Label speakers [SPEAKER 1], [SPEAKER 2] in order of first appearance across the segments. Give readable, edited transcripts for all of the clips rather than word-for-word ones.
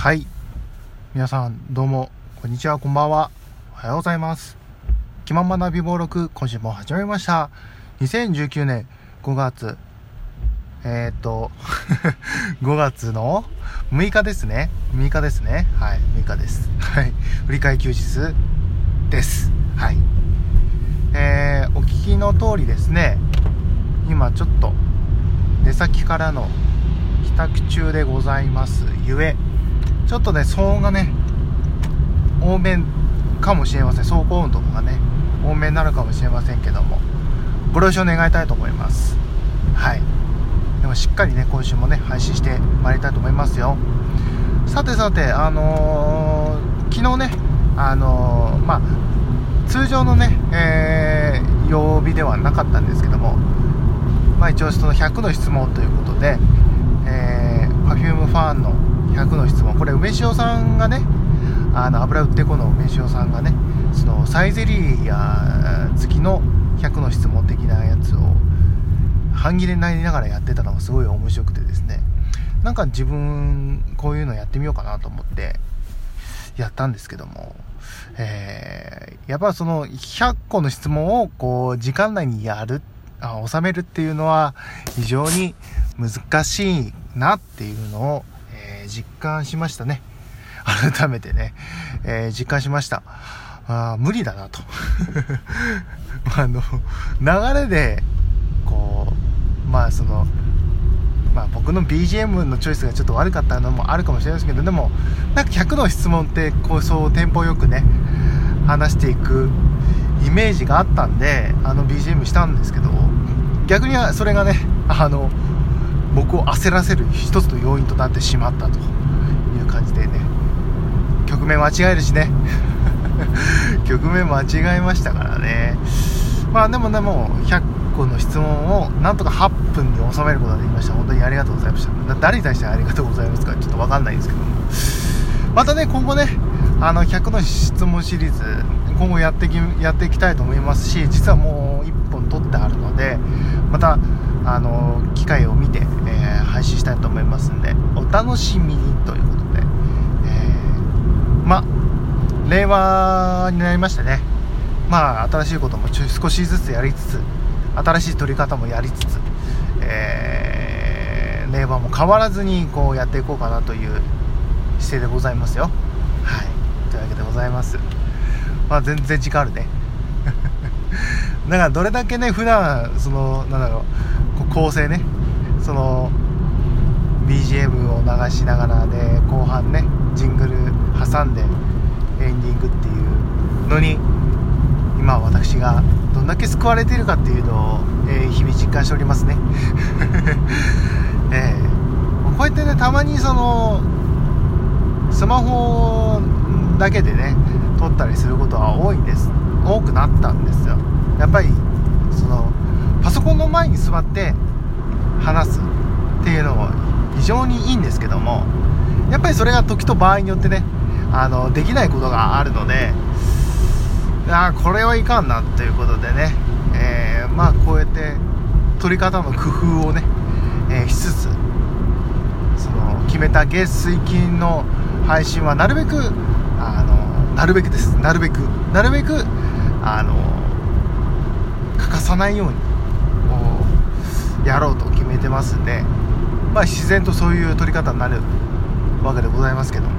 [SPEAKER 1] はい、皆さんどうもこんにちは、こんばんは、おはようございます。気ままな美貌録、今週も始まりました。2019年5月5月の6日ですね。はい、6日です。はい、振り替え休日です。はい、お聞きの通りですね、今ちょっと出先からの帰宅中でございますゆえ、ちょっとね、騒音がね多めかもしれません。走行音とかがね多めになるかもしれませんけども、ご了承願いたいと思います。はい、でもしっかりね今週もね配信してまいりたいと思いますよ。さて昨日ね通常のね、曜日ではなかったんですけども、一応その100の質問ということで、Perfume ファンの100の質問、これ梅塩さんがね、油売ってこの梅塩さんがね、そのサイゼリヤ好きの100の質問的なやつを半切れになりながらやってたのがすごい面白くてですね、なんか自分こういうのやってみようかなと思ってやったんですけども、やっぱその100個の質問をこう時間内に収めるっていうのは非常に難しいなっていうのを、実感しましたね。改めてね、実感しました。無理だなと流れでこう僕の BGM のチョイスがちょっと悪かったのもあるかもしれないですけど、でもなんか100の質問ってこうそうテンポよくね話していくイメージがあったんでBGM したんですけど、逆にそれがね僕を焦らせる一つの要因となってしまったという感じでね、局面間違えるしね局面間違えましたからね。でも100個の質問をなんとか8分に収めることができました。本当にありがとうございました。誰に対してありがとうございますかちょっと分かんないんですけども、またね今後ね100の質問シリーズ今後やっていきたいと思いますし、実はもう1本撮ってあるので、また機会を見て、配信したいと思いますんでお楽しみにということで、令和になりましてね、新しいことも少しずつやりつつ、新しい撮り方もやりつつ、令和も変わらずにこうやっていこうかなという姿勢でございますよ。はい、というわけでございます。全然時間あるねだからどれだけね普段構成ねBGM を流しながらで後半ねジングル挟んでエンディングっていうのに今私がどんだけ救われているかっていうのを、日々実感しておりますねこうやってねたまにスマホだけでね撮ったりすることは多くなったんですよ。やっぱりパソコンの前に座って話すっていうのも非常にいいんですけども、やっぱりそれが時と場合によってねできないことがあるので、これはいかんなということでね、こうやって撮り方の工夫をね、しつつ決めた月水金の配信はなるべく欠かさないようにやろうと決めてますんで、自然とそういう撮り方になるわけでございますけども、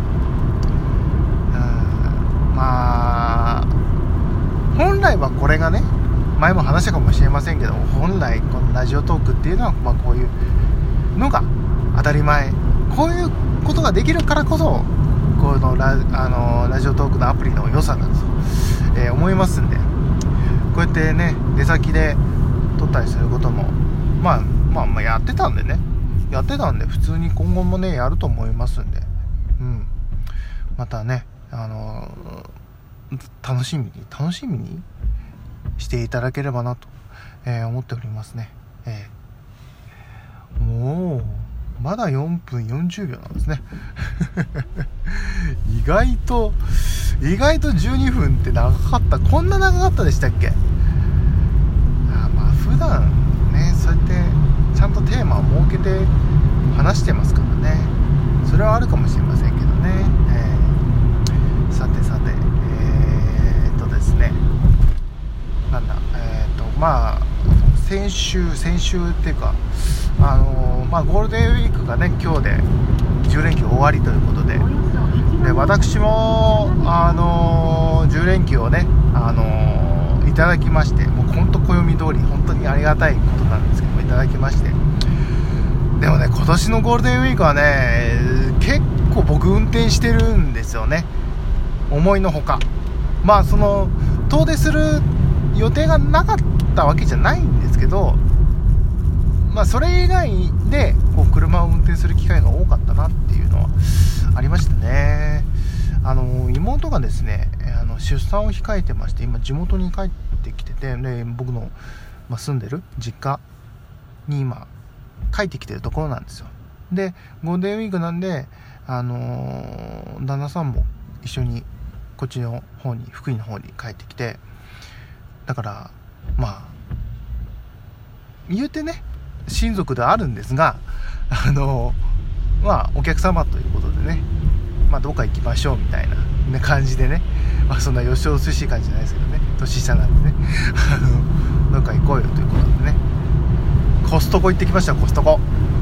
[SPEAKER 1] 本来はこれがね前も話したかもしれませんけども、本来このラジオトークっていうのはこういうのが当たり前、こういうことができるからこそこのラジオトークのアプリの良さだと、思いますんで、こうやってね出先で撮ったりすることもやってたんで普通に今後もねやると思いますんで、またね楽しみにしていただければなと、思っておりますね。もうまだ4分40秒なんですね意外と12分って長かった。こんな長かったでしたっけ。普段ねそうやってちゃんとテーマを設けて話してますからね、それはあるかもしれませんけどね。 週っていうかゴールデンウィークがね今日で10連休終わりということで、私も10連休をねいただきまして、もう本当暦通り本当にありがたいことなんですけどもいただきまして、でもね今年のゴールデンウィークはね結構僕運転してるんですよね、思いのほか。その遠出する予定がなかったわけじゃないんですけど、それ以外でこう車を運転する機会が多かったなっていうのはありましたね。妹がですね出産を控えてまして、今地元に帰ってきてて、で僕の、住んでる実家に今帰ってきてるところなんですよ。でゴールデンウィークなんで旦那さんも一緒にこっちの方に福井の方に帰ってきて、だから言うてね親族であるんですがお客様ということでね、どっか行きましょうみたいな感じでね、そんなよしおすしい感じじゃないですけどね、年下なんでねどっか行こうよということでね、コストコ行ってきました。コストコ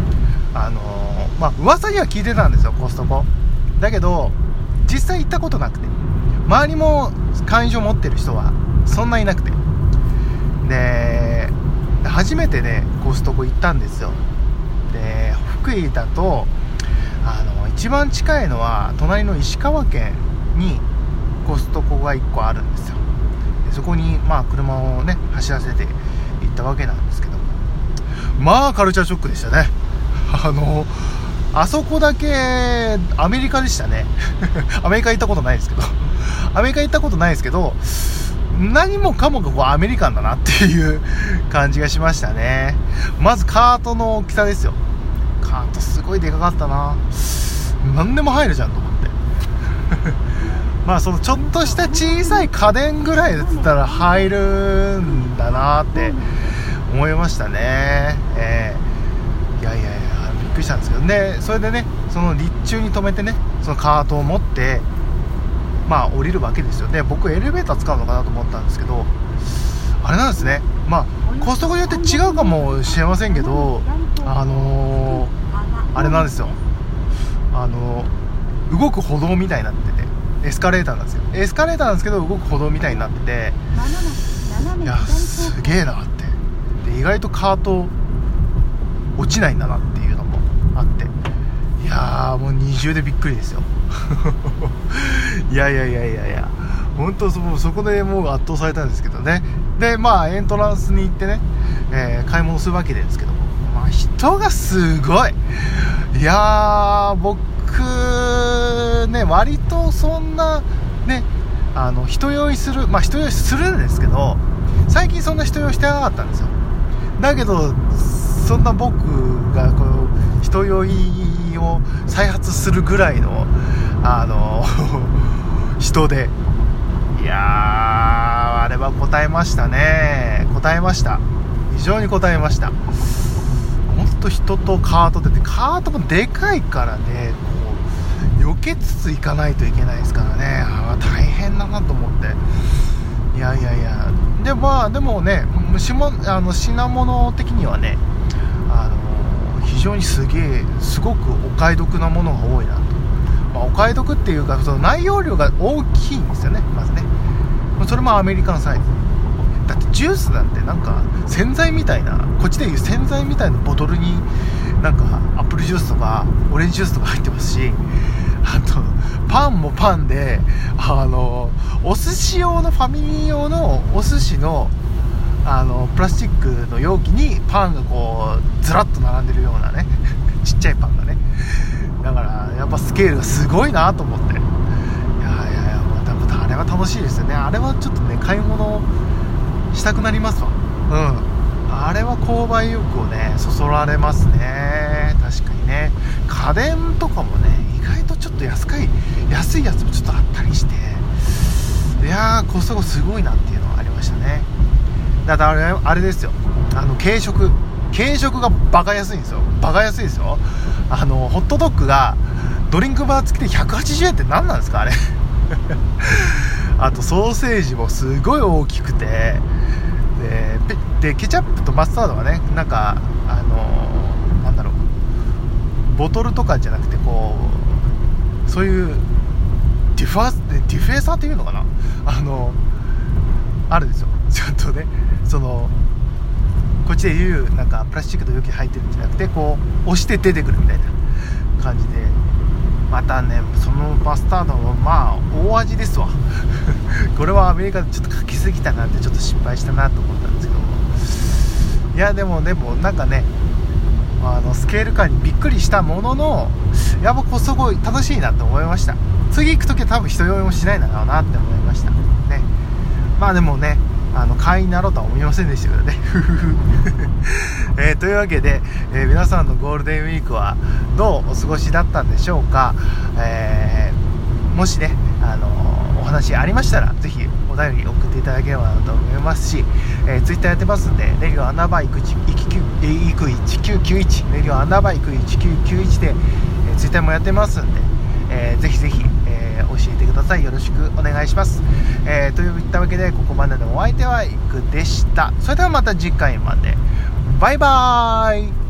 [SPEAKER 1] 噂には聞いてたんですよ、コストコだけど実際行ったことなくて、周りも会員証持ってる人はそんないなくて、で初めてねコストコ行ったんですよ。で福井だと一番近いのは隣の石川県にコストコが1個あるんですよ。でそこに車をね走らせて行ったわけなんですけど、カルチャーショックでしたね。あそこだけアメリカでしたねアメリカ行ったことないですけど何もかもがこうアメリカンだなっていう感じがしましたね。まずカートの大きさですよ。カートすごいでかかったな。何でも入るじゃんと思ってそのちょっとした小さい家電ぐらいだったら入るんだなって思いましたね。いやびっくりしたんですけどね。それでねその立中に止めてねそのカートを持って降りるわけですよ。で僕エレベーター使うのかなと思ったんですけど、あれなんですね。コストコによって違うかもしれませんけどあれなんですよ、動く歩道みたいになってて、エスカレーターなんですけど動く歩道みたいになってて、いやすげえなって。で意外とカート落ちないんだなっていうのもあって、いやもう二重でびっくりですよいや本当そこでもう圧倒されたんですけどね。でエントランスに行ってね、買い物するわけですけども、人がすごい。いや僕ね割とそんなね人酔いする人酔いするんですけど、最近そんな人酔いしてなかったんですよ。だけどそんな僕がこう人酔いを再発するぐらいの人で、いやあれは応えましたね。非常に応えました。ほんと人とカートで、カートもでかいからねこう避けつつ行かないといけないですからね。大変だなと思って、いやでもね品物的にはね非常にすごくお買い得なものが多いなと。お買い得っていうかその内容量が大きいんですよね。まずねそれもアメリカンサイズだって、ジュースなんてなんか洗剤みたいな、こっちでいう洗剤みたいなボトルになんかアップルジュースとかオレンジジュースとか入ってますし、あとパンもパンでお寿司用のファミリー用のお寿司のプラスチックの容器にパンがこうずらっと並んでるようなねちっちゃいパンがね、だからやっぱスケールがすごいなと思って、またあれは楽しいですよね。あれはちょっとね買い物したくなりますわ。あれは購買欲をねそそられますね。確かにね家電とかもね意外とちょっと安いやつもちょっとあったりして、いやコストコすごいなっていうのがありましたね。だからあれですよ、軽食がバカ安いんですよ。ホットドッグがドリンクバー付きで180円って何なんですかあれあとソーセージもすごい大きくて、 でケチャップとマスタードがね、なんかなんだろう、ボトルとかじゃなくてこうそういうディフェーサーっていうのかな、あるんですよ。ちょっとね、こっちで言うなんかプラスチックの容器に入ってるんじゃなくて、こう押して出てくるみたいな感じで、またねそのマスタードはまあ大味ですわこれはアメリカでちょっとかけすぎたなってちょっと失敗したなと思ったんですけど、いやでもなんかね、スケール感にびっくりしたものの、やっぱすごい楽しいなと思いました。次行くときは多分人酔いもしないんだろうなって思いましたね。まあでもね、会員になろうとは思いませんでしたけどねというわけで、皆さんのゴールデンウィークはどうお過ごしだったんでしょうか。もしねお話ありましたらぜひお便り送っていただければなと思いますし、ツイッターやってますんで、レギュアンダーバー行く1991レギュアンダーバー行く1991で、ツイッターもやってますんで、ぜひぜひ、教えてください。よろしくお願いします。といったわけでここまでのお相手はいくでした。それではまた次回まで。バイバーイ。